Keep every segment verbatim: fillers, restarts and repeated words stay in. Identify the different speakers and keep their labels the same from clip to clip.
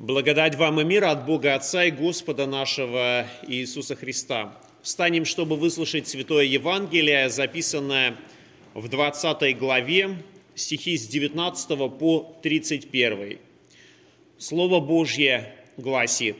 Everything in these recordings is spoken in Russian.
Speaker 1: Благодать вам и мир от Бога Отца и Господа нашего Иисуса Христа. Встанем, чтобы выслушать Святое Евангелие, записанное в двадцатой главе, стихи с девятнадцатого по тридцать первый. Слово Божье гласит: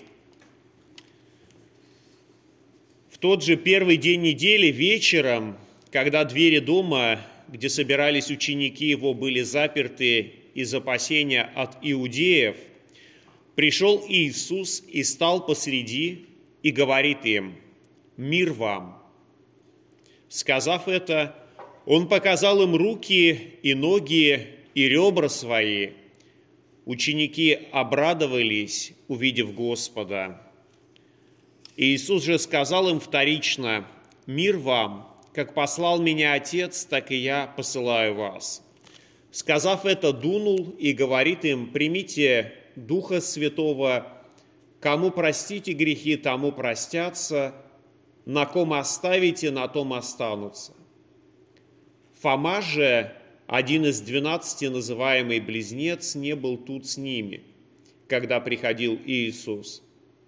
Speaker 1: «В тот же первый день недели вечером, когда двери дома, где собирались ученики его, были заперты из опасения от иудеев, пришел Иисус и стал посреди и говорит им: „Мир вам!“ Сказав это, Он показал им руки и ноги и ребра свои. Ученики обрадовались, увидев Господа. Иисус же сказал им вторично: „Мир вам! Как послал меня Отец, так и я посылаю вас“. Сказав это, дунул и говорит им: „Примите Духа Святого, кому простите грехи, тому простятся, на ком оставите, на том останутся“. Фома же, один из двенадцати, называемый Близнец, не был тут с ними, когда приходил Иисус.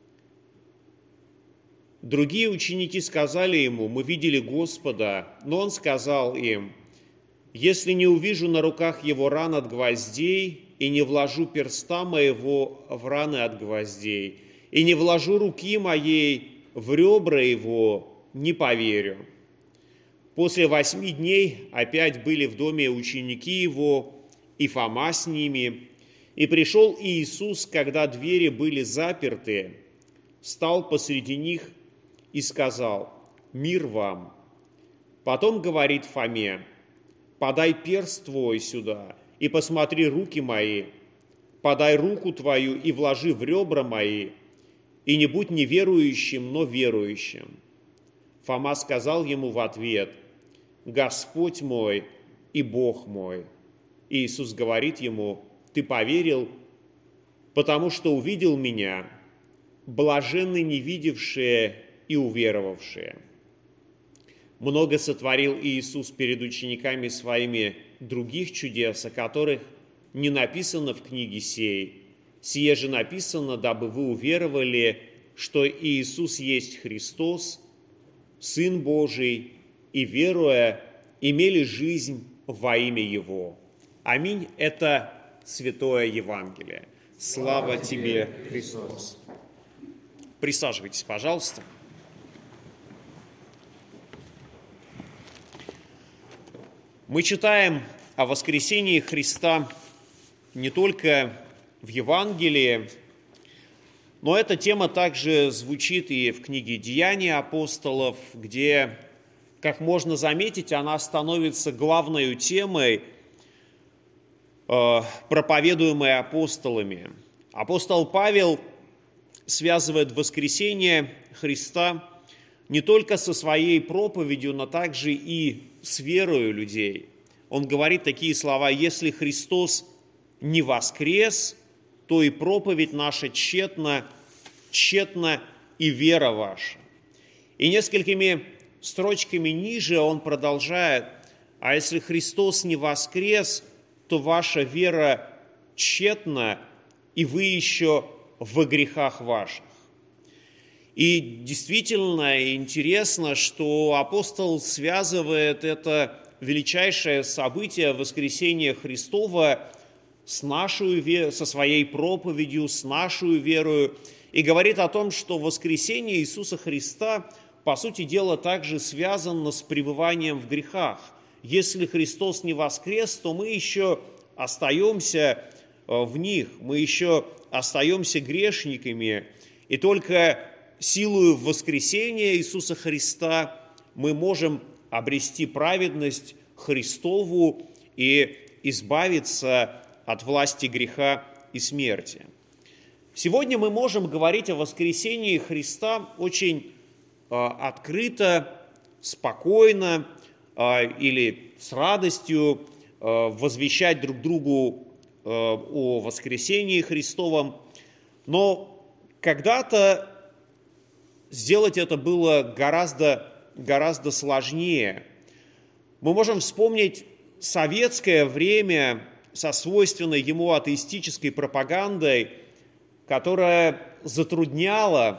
Speaker 1: Другие ученики сказали ему: „Мы видели Господа“, но он сказал им: „Если не увижу на руках его ран от гвоздей, и не вложу перста моего в раны от гвоздей, и не вложу руки моей в ребра его, не поверю“. После восьми дней опять были в доме ученики его, и Фома с ними. И пришел Иисус, когда двери были заперты, стал посреди них и сказал: „Мир вам!“ Потом говорит Фоме: „Подай перст твой сюда, и посмотри руки мои, подай руку твою и вложи в ребра мои, и не будь неверующим, но верующим“. Фома сказал ему в ответ: „Господь мой и Бог мой“. Иисус говорит ему: „Ты поверил, потому что увидел меня. Блаженны невидевшие и уверовавшие“. Много сотворил Иисус перед учениками своими других чудес, о которых не написано в книге сей. Сие же написано, дабы вы уверовали, что Иисус есть Христос, Сын Божий, и, веруя, имели жизнь во имя Его. Аминь. Это Святое Евангелие. Слава тебе, Христос. Присаживайтесь, пожалуйста. Мы читаем о воскресении Христа не только в Евангелии, но эта тема также звучит и в книге «Деяния апостолов», где, как можно заметить, она становится главной темой, проповедуемой апостолами. Апостол Павел связывает воскресение Христа не только со своей проповедью, но также и с верою людей. Он говорит такие слова: «Если Христос не воскрес, то и проповедь наша тщетна, тщетна и вера ваша». И несколькими строчками ниже он продолжает: «А если Христос не воскрес, то ваша вера тщетна, и вы еще во грехах ваших». И действительно интересно, что апостол связывает это величайшее событие воскресения Христова с нашей, со своей проповедью, с нашей верою, и говорит о том, что воскресение Иисуса Христа, по сути дела, также связано с пребыванием в грехах. Если Христос не воскрес, то мы еще остаемся в них, мы еще остаемся грешниками, и только силою воскресения Иисуса Христа мы можем обрести праведность Христову и избавиться от власти греха и смерти. Сегодня мы можем говорить о воскресении Христа очень э, открыто, спокойно э, или с радостью э, возвещать друг другу э, о воскресении Христовом, но когда-то сделать это было гораздо, гораздо сложнее. Мы можем вспомнить советское время со свойственной ему атеистической пропагандой, которая затрудняла,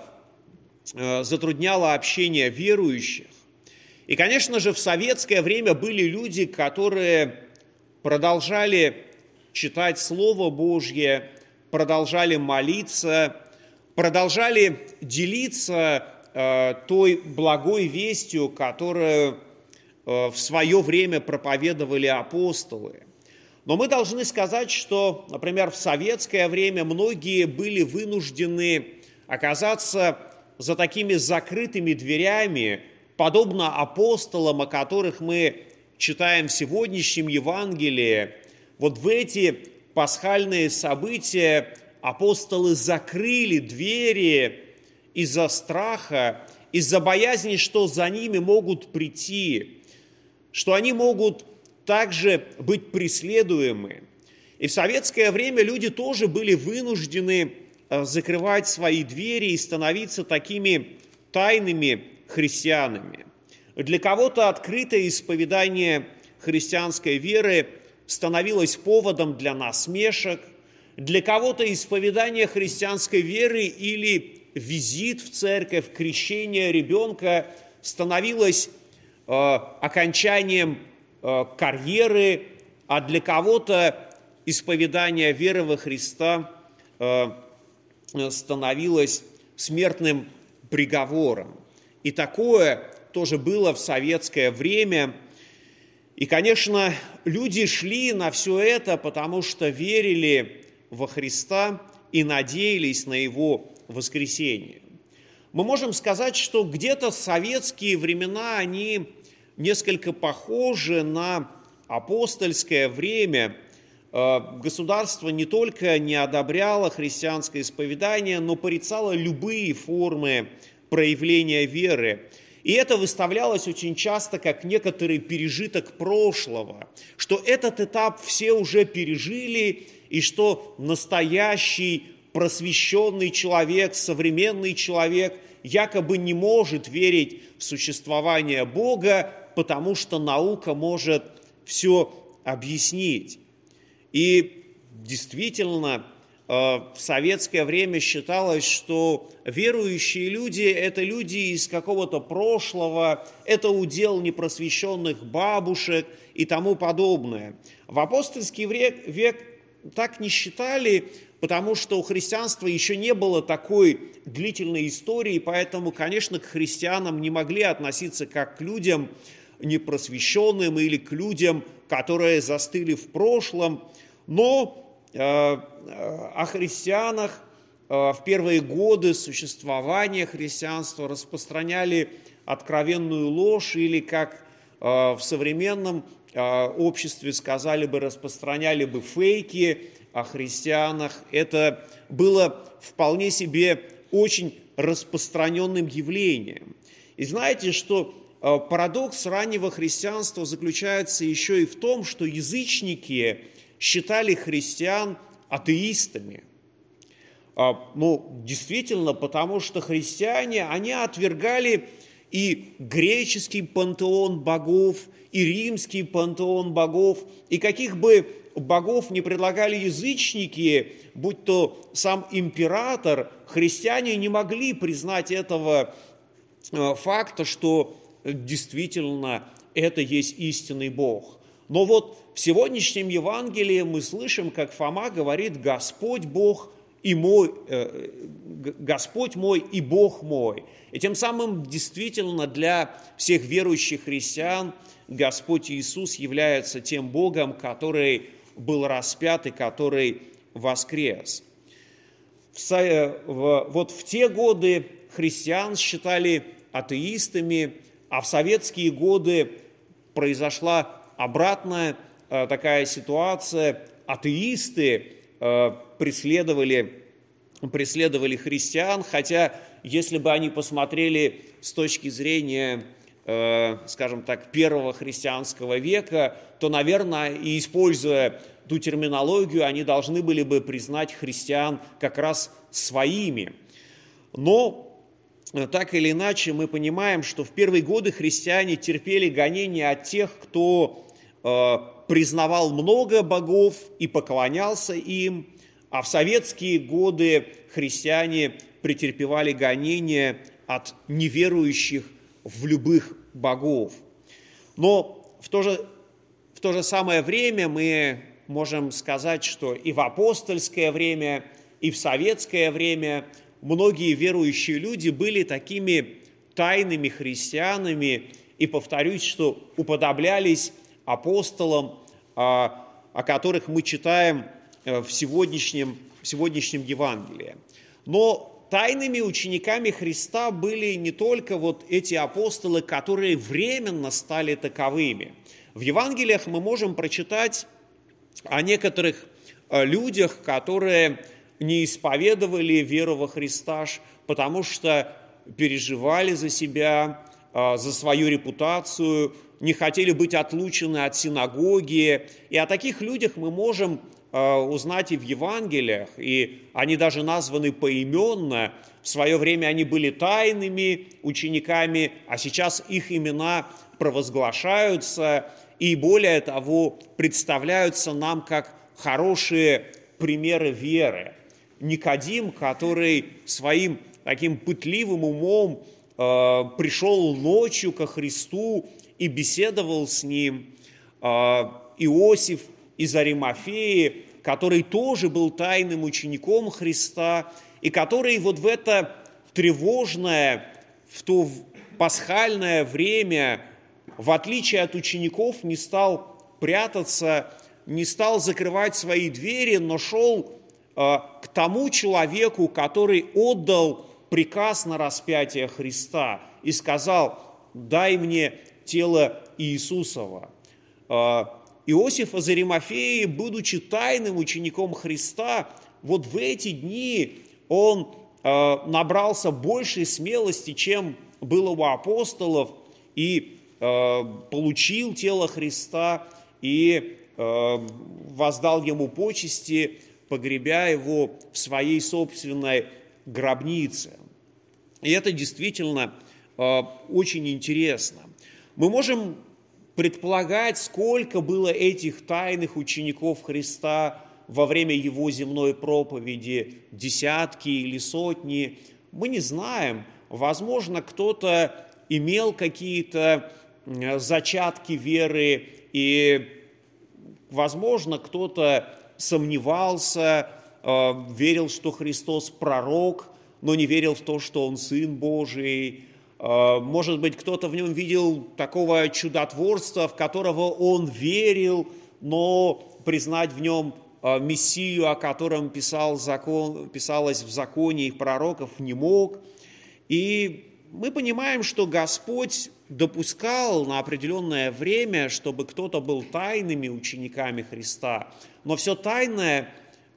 Speaker 1: затрудняла общение верующих. И, конечно же, в советское время были люди, которые продолжали читать Слово Божье, продолжали молиться, продолжали делиться э, той благой вестью, которую э, в свое время проповедовали апостолы. Но мы должны сказать, что, например, в советское время многие были вынуждены оказаться за такими закрытыми дверями, подобно апостолам, о которых мы читаем в сегодняшнем Евангелии. Вот в эти пасхальные события апостолы закрыли двери из-за страха, из-за боязни, что за ними могут прийти, что они могут также быть преследуемы. И в советское время люди тоже были вынуждены закрывать свои двери и становиться такими тайными христианами. Для кого-то открытое исповедание христианской веры становилось поводом для насмешек, для кого-то исповедание христианской веры или визит в церковь, крещение ребенка становилось э, окончанием э, карьеры, а для кого-то исповедание веры во Христа э, становилось смертным приговором. И такое тоже было в советское время. И, конечно, люди шли на все это, потому что верили во Христа и надеялись на Его воскресение. Мы можем сказать, что где-то советские времена, они несколько похожи на апостольское время. Государство не только не одобряло христианское исповедание, но порицало любые формы проявления веры. И это выставлялось очень часто как некоторый пережиток прошлого, что этот этап все уже пережили, и что настоящий просвещенный человек, современный человек якобы не может верить в существование Бога, потому что наука может все объяснить. И действительно, в советское время считалось, что верующие люди – это люди из какого-то прошлого, это удел непросвещенных бабушек и тому подобное. В апостольский век так не считали, потому что у христианства еще не было такой длительной истории, поэтому, конечно, к христианам не могли относиться как к людям непросвещенным или к людям, которые застыли в прошлом, но о христианах в первые годы существования христианства распространяли откровенную ложь или, как в современном обществе сказали бы, распространяли бы фейки о христианах. Это было вполне себе очень распространенным явлением. И знаете, что парадокс раннего христианства заключается еще и в том, что язычники считали христиан атеистами. Ну, действительно, потому что христиане, они отвергали и греческий пантеон богов, и римский пантеон богов, и каких бы богов не предлагали язычники, будь то сам император, христиане не могли признать этого факта, что действительно это есть истинный Бог. Но вот в сегодняшнем Евангелии мы слышим, как Фома говорит: «Господь Бог и мой, э, Господь мой и Бог мой». И тем самым действительно для всех верующих христиан Господь Иисус является тем Богом, который был распят и который воскрес. Вот в те годы христиан считали атеистами, а в советские годы произошла обратная э, такая ситуация. Атеисты э, преследовали, преследовали христиан, хотя если бы они посмотрели с точки зрения, э, скажем так, первого христианского века, то, наверное, и используя ту терминологию, они должны были бы признать христиан как раз своими. Но так или иначе мы понимаем, что в первые годы христиане терпели гонения от тех, кто э, признавал много богов и поклонялся им, А в советские годы христиане претерпевали гонения от неверующих в любых богов. Но в то же, в то же самое время мы можем сказать, что и в апостольское время, и в советское время многие верующие люди были такими тайными христианами, и повторюсь, что уподоблялись апостолам, о которых мы читаем в сегодняшнем, в сегодняшнем Евангелии. Но тайными учениками Христа были не только вот эти апостолы, которые временно стали таковыми. В Евангелиях мы можем прочитать о некоторых людях, которые не исповедовали веру во Христа, потому что переживали за себя, за свою репутацию, не хотели быть отлучены от синагоги. И о таких людях мы можем узнать и в Евангелиях, и они даже названы поименно. В свое время они были тайными учениками, а сейчас их имена провозглашаются и, более того, представляются нам как хорошие примеры веры. Никодим, который своим таким пытливым умом э, пришел ночью ко Христу и беседовал с ним, э, Иосиф из Аримафеи, который тоже был тайным учеником Христа, и который вот в это тревожное, в то пасхальное время, в отличие от учеников, не стал прятаться, не стал закрывать свои двери, но шел э, к тому человеку, который отдал приказ на распятие Христа и сказал: «Дай мне тело Иисусова». Э, Иосиф из Аримафеи, будучи тайным учеником Христа, вот в эти дни он э, набрался большей смелости, чем было у апостолов, и э, получил тело Христа, и э, воздал ему почести, погребя его в своей собственной гробнице. И это действительно э, очень интересно. Мы можем предполагать, сколько было этих тайных учеников Христа во время его земной проповеди, десятки или сотни, мы не знаем. Возможно, кто-то имел какие-то зачатки веры, и, возможно, кто-то сомневался, верил, что Христос пророк, но не верил в то, что Он Сын Божий. Может быть, кто-то в нем видел такого чудотворца, в которого он верил, но признать в нем Мессию, о котором писал закон, писалось в законе и пророков, не мог. И мы понимаем, что Господь допускал на определенное время, чтобы кто-то был тайными учениками Христа, но все тайное,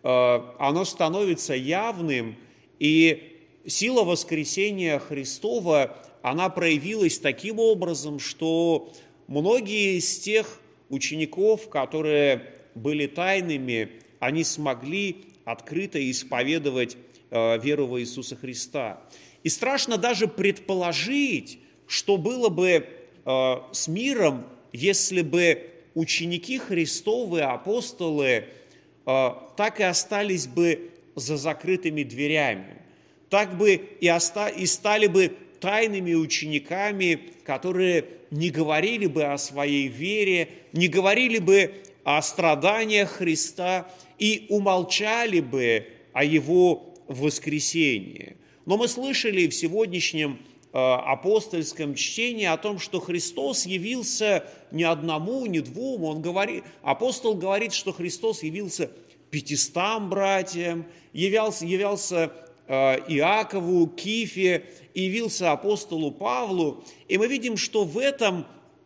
Speaker 1: оно становится явным, и сила воскресения Христова, она проявилась таким образом, что многие из тех учеников, которые были тайными, они смогли открыто исповедовать э, веру в Иисуса Христа. И страшно даже предположить, что было бы э, с миром, если бы ученики Христовы, апостолы, э, так и остались бы за закрытыми дверями, так бы и, оста- и стали бы тайными учениками, которые не говорили бы о своей вере, не говорили бы о страданиях Христа и умолчали бы о Его воскресении. Но мы слышали в сегодняшнем э, апостольском чтении о том, что Христос явился не одному, не двум. Он говорит, апостол говорит, что Христос явился пятистам братьям, являлся, являлся Иакову, Кифе, и явился апостолу Павлу. И мы видим, что в этом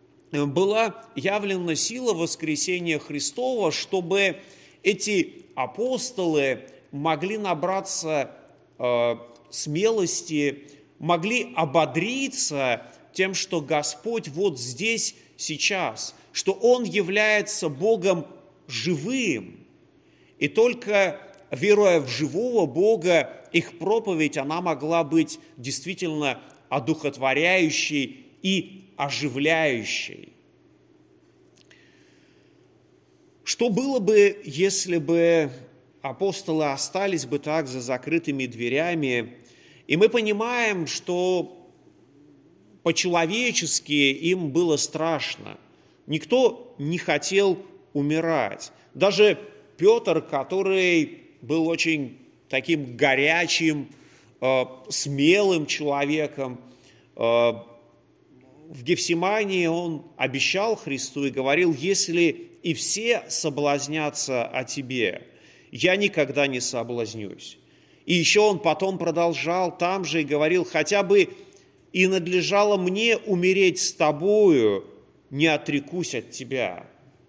Speaker 1: была явлена сила воскресения Христова, чтобы эти апостолы могли набраться э, смелости, могли ободриться тем, что Господь вот здесь, сейчас, что Он является Богом живым. И только веруя в живого Бога, их проповедь, она могла быть действительно одухотворяющей и оживляющей. Что было бы, если бы апостолы остались бы так за закрытыми дверями, и мы понимаем, что по-человечески им было страшно. Никто не хотел умирать. Даже Петр, который был очень таким горячим, э, смелым человеком, э, в Гефсимании он обещал Христу и говорил: если и все соблазнятся о тебе, я никогда не соблазнюсь. И еще он потом продолжал там же и говорил: хотя бы и надлежало мне умереть с тобою, не отрекусь от тебя.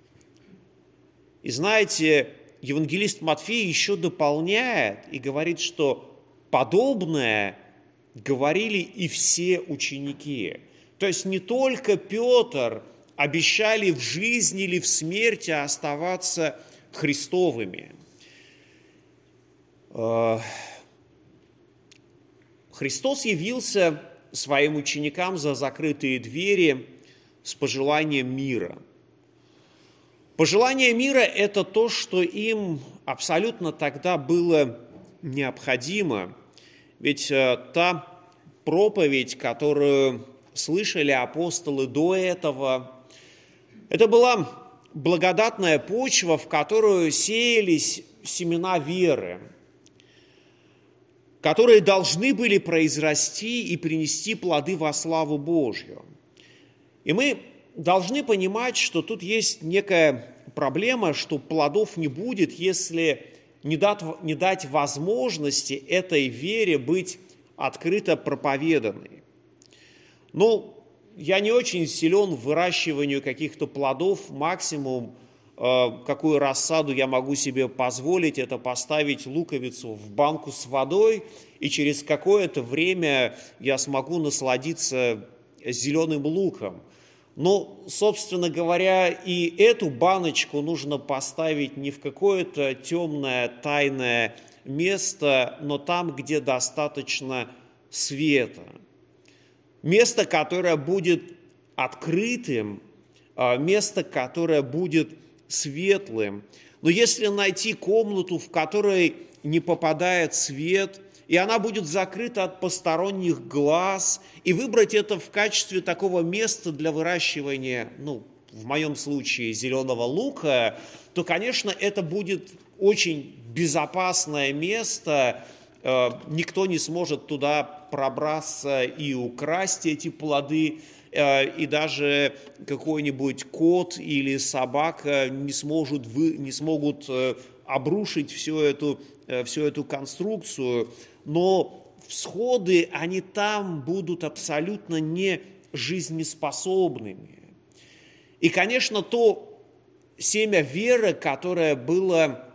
Speaker 1: И знаете, евангелист Матфей еще дополняет и говорит, что подобное говорили и все ученики. То есть не только Петр обещали в жизни или в смерти оставаться Христовыми. Христос явился своим ученикам за закрытые двери с пожеланием мира. Пожелание мира – это то, что им абсолютно тогда было необходимо. Ведь та проповедь, которую слышали апостолы до этого, это была благодатная почва, в которую сеялись семена веры, которые должны были произрасти и принести плоды во славу Божью. И мы должны понимать, что тут есть некая проблема, что плодов не будет, если не дать, не дать возможности этой вере быть открыто проповеданной. Ну, я не очень силен в выращивании каких-то плодов, максимум, э, какую рассаду я могу себе позволить, это поставить луковицу в банку с водой, и через какое-то время я смогу насладиться зеленым луком. Но, собственно говоря, и эту баночку нужно поставить не в какое-то темное, тайное место, но там, где достаточно света. Место, которое будет открытым, место, которое будет светлым. Но если найти комнату, в которой не попадает свет, и она будет закрыта от посторонних глаз, и выбрать это в качестве такого места для выращивания, ну, в моем случае, зеленого лука, то, конечно, это будет очень безопасное место, никто не сможет туда пробраться и украсть эти плоды, и даже какой-нибудь кот или собака не сможет, вы, не смогут обрушить всю эту, всю эту конструкцию, но всходы, они там будут абсолютно не жизнеспособными. И, конечно, то семя веры, которое было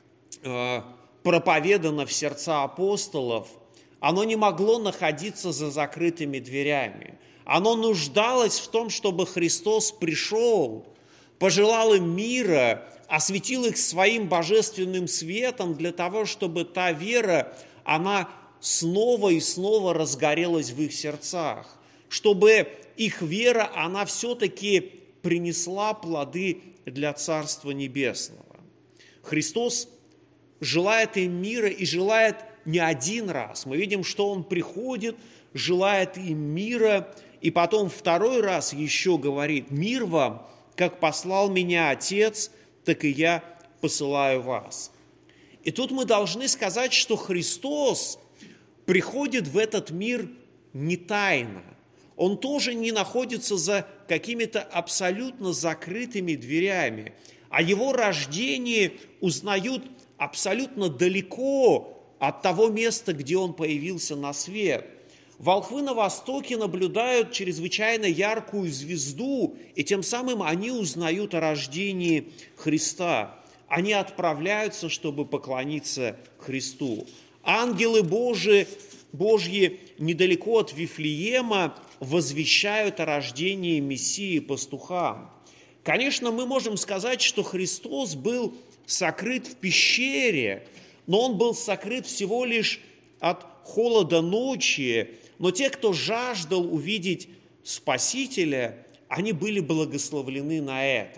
Speaker 1: э, проповедано в сердца апостолов, оно не могло находиться за закрытыми дверями. Оно нуждалось в том, чтобы Христос пришел, пожелал им мира, осветил их своим божественным светом для того, чтобы та вера, она снова и снова разгорелась в их сердцах, чтобы их вера, она все-таки принесла плоды для Царства Небесного. Христос желает им мира и желает не один раз. Мы видим, что Он приходит, желает им мира, и потом второй раз еще говорит: «Мир вам, как послал меня Отец, так и я посылаю вас». И тут мы должны сказать, что Христос приходит в этот мир не тайно. Он тоже не находится за какими-то абсолютно закрытыми дверями. О Его рождении узнают абсолютно далеко от того места, где Он появился на свет. Волхвы на востоке наблюдают чрезвычайно яркую звезду, и тем самым они узнают о рождении Христа. Они отправляются, чтобы поклониться Христу. Ангелы Божии, Божьи недалеко от Вифлеема возвещают о рождении Мессии пастухам. Конечно, мы можем сказать, что Христос был сокрыт в пещере, но Он был сокрыт всего лишь от холода ночи. Но те, кто жаждал увидеть Спасителя, они были благословлены на это.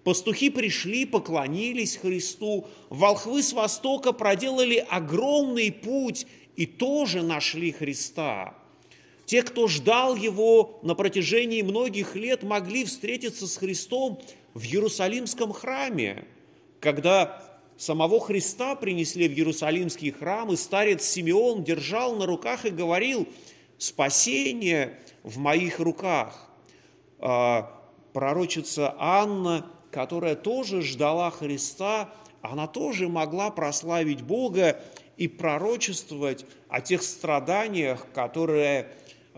Speaker 1: Пастухи пришли, поклонились Христу, волхвы с востока проделали огромный путь и тоже нашли Христа. Те, кто ждал Его на протяжении многих лет, могли встретиться с Христом в Иерусалимском храме, когда самого Христа принесли в Иерусалимский храм, и старец Симеон держал на руках и говорил: «Спасение в моих руках». Пророчица Анна, которая тоже ждала Христа, она тоже могла прославить Бога и пророчествовать о тех страданиях, которые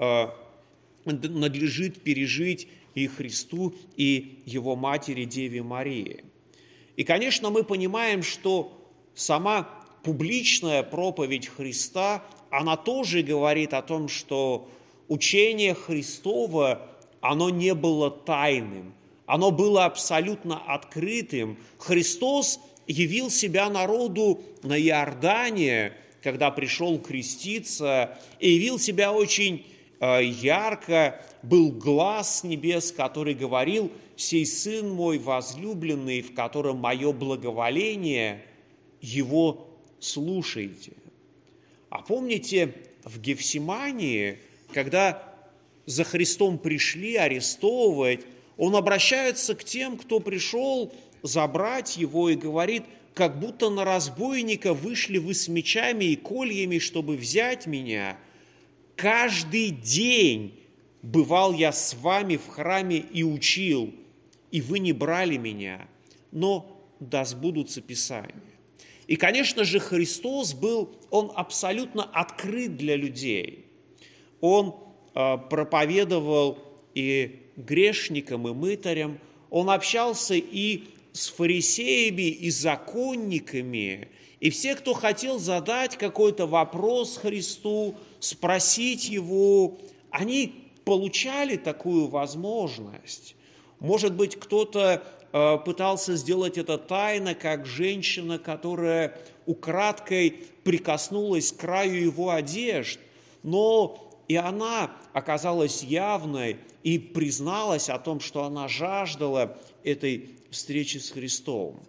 Speaker 1: надлежит пережить и Христу, и Его матери Деве Марии. И, конечно, мы понимаем, что сама публичная проповедь Христа, она тоже говорит о том, что учение Христово, оно не было тайным, оно было абсолютно открытым. Христос явил себя народу на Иордане, когда пришел креститься, и явил себя очень ярко, был глас с небес, который говорил: «Сей Сын мой возлюбленный, в котором мое благоволение, Его слушайте». А помните, в Гефсимании, когда за Христом пришли арестовывать, Он обращается к тем, кто пришел забрать Его, и говорит: «Как будто на разбойника вышли вы с мечами и кольями, чтобы взять меня. Каждый день бывал я с вами в храме и учил, и вы не брали меня, но да сбудутся Писания». И, конечно же, Христос был, Он абсолютно открыт для людей. Он э, проповедовал и грешникам, и мытарям, Он общался и с фарисеями, и законниками, и все, кто хотел задать какой-то вопрос Христу, спросить Его, они получали такую возможность. Может быть, кто-то э, пытался сделать это тайно, как женщина, которая украдкой прикоснулась к краю Его одежд, но и она оказалась явной и призналась о том, что она жаждала этой встречи с Христом.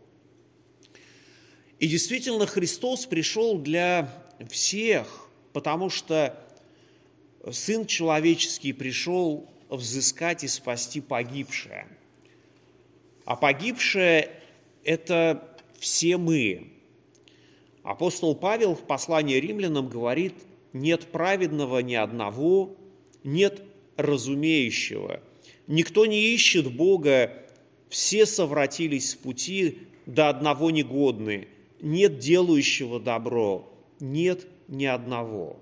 Speaker 1: И действительно, Христос пришел для всех, потому что Сын Человеческий пришел взыскать и спасти погибшее. А погибшее – это все мы. Апостол Павел в послании римлянам говорит: «Нет праведного ни одного, нет разумеющего, никто не ищет Бога, все совратились с пути, до одного негодны, нет делающего добро, нет ни одного».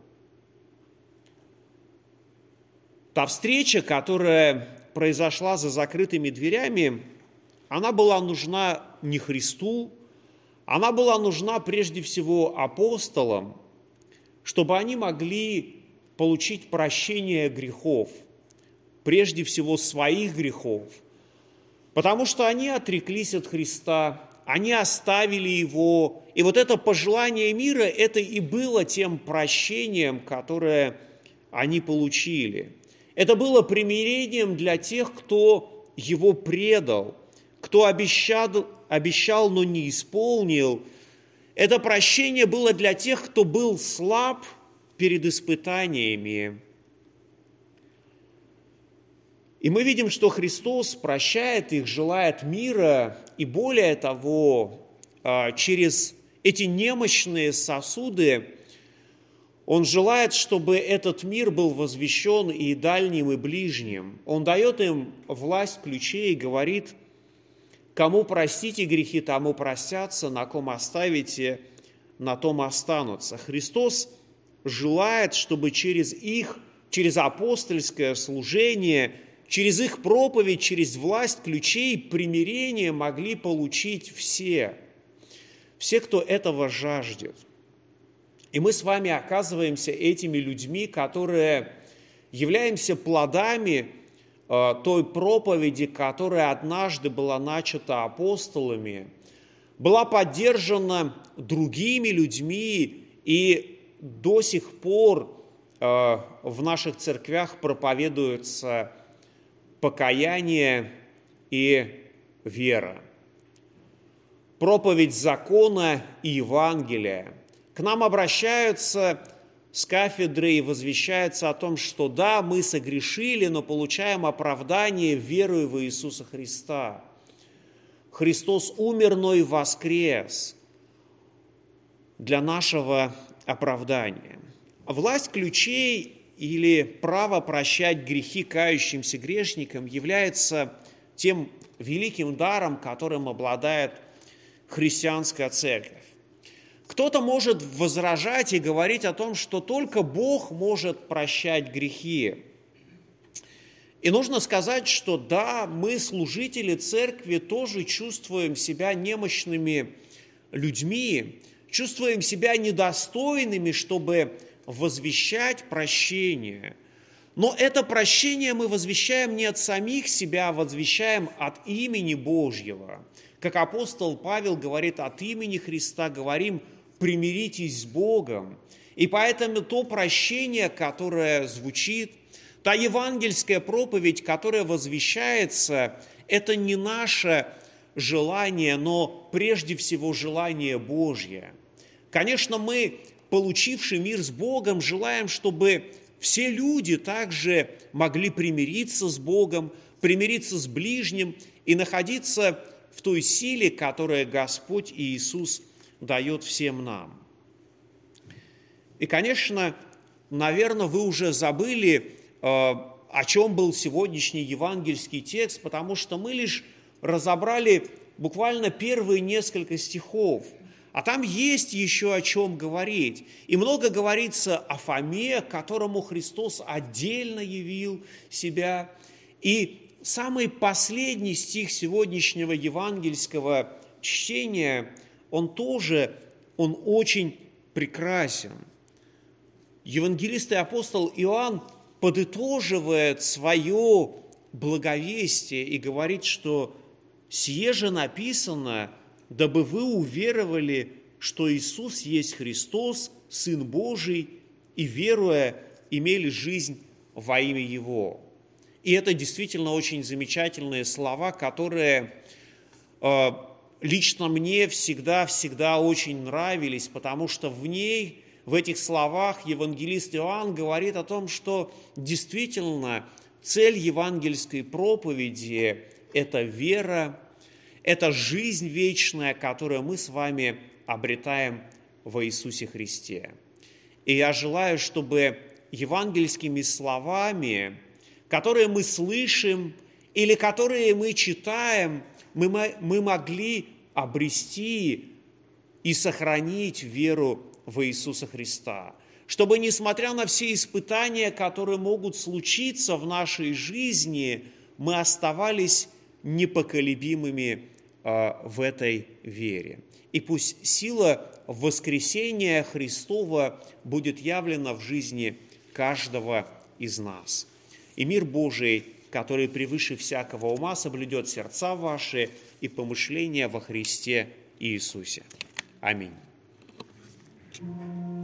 Speaker 1: Та встреча, которая произошла за закрытыми дверями, она была нужна не Христу, она была нужна прежде всего апостолам, чтобы они могли получить прощение грехов, прежде всего своих грехов, потому что они отреклись от Христа, они оставили Его, и вот это пожелание мира, это и было тем прощением, которое они получили. Это было примирением для тех, кто Его предал, кто обещал, обещал, но не исполнил. Это прощение было для тех, кто был слаб перед испытаниями. И мы видим, что Христос прощает их, желает мира, и более того, через эти немощные сосуды Он желает, чтобы этот мир был возвещен и дальним, и ближним. Он дает им власть ключей и говорит: «Кому простите грехи, тому простятся, на ком оставите, на том останутся». Христос желает, чтобы через их, через апостольское служение, через их проповедь, через власть ключей примирения могли получить все, все, кто этого жаждет. И мы с вами оказываемся этими людьми, которые являемся плодами э, той проповеди, которая однажды была начата апостолами, была поддержана другими людьми и до сих пор э, в наших церквях проповедуется покаяние и вера. проповедь закона и Евангелия. К нам обращаются с кафедры и возвещается о том, что да, мы согрешили, но получаем оправдание верой в Иисуса Христа. Христос умер, но и воскрес для нашего оправдания. Власть ключей или право прощать грехи кающимся грешникам является тем великим даром, которым обладает христианская церковь. Кто-то может возражать и говорить о том, что только Бог может прощать грехи. И нужно сказать, что да, мы, служители церкви, тоже чувствуем себя немощными людьми, чувствуем себя недостойными, чтобы возвещать прощение. Но это прощение мы возвещаем не от самих себя, а возвещаем от имени Божьего. Как апостол Павел говорит, от имени Христа говорим: примиритесь с Богом. И поэтому то прощение, которое звучит, та евангельская проповедь, которая возвещается, это не наше желание, но прежде всего желание Божье. Конечно, мы, получивший мир с Богом, желаем, чтобы все люди также могли примириться с Богом, примириться с ближним и находиться в той силе, которую Господь и Иисус дает всем нам. И, конечно, наверное, вы уже забыли, о чем был сегодняшний евангельский текст, потому что мы лишь разобрали буквально первые несколько стихов. А там есть еще о чем говорить. И много говорится о Фоме, которому Христос отдельно явил себя. И самый последний стих сегодняшнего евангельского чтения, он тоже, он очень прекрасен. Евангелист и апостол Иоанн подытоживает свое благовестие и говорит, что «Сие же написано, дабы вы уверовали, что Иисус есть Христос, Сын Божий, и, веруя, имели жизнь во имя Его». И это действительно очень замечательные слова, которые э, лично мне всегда-всегда очень нравились, потому что в ней, в этих словах евангелист Иоанн говорит о том, что действительно цель евангельской проповеди – это вера, это жизнь вечная, которую мы с вами обретаем во Иисусе Христе. И я желаю, чтобы евангельскими словами, которые мы слышим или которые мы читаем, мы, мы могли обрести и сохранить веру в Иисуса Христа. Чтобы, несмотря на все испытания, которые могут случиться в нашей жизни, мы оставались непоколебимыми э, в этой вере. И пусть сила воскресения Христова будет явлена в жизни каждого из нас. И мир Божий, который превыше всякого ума, соблюдет сердца ваши и помышления во Христе Иисусе. Аминь.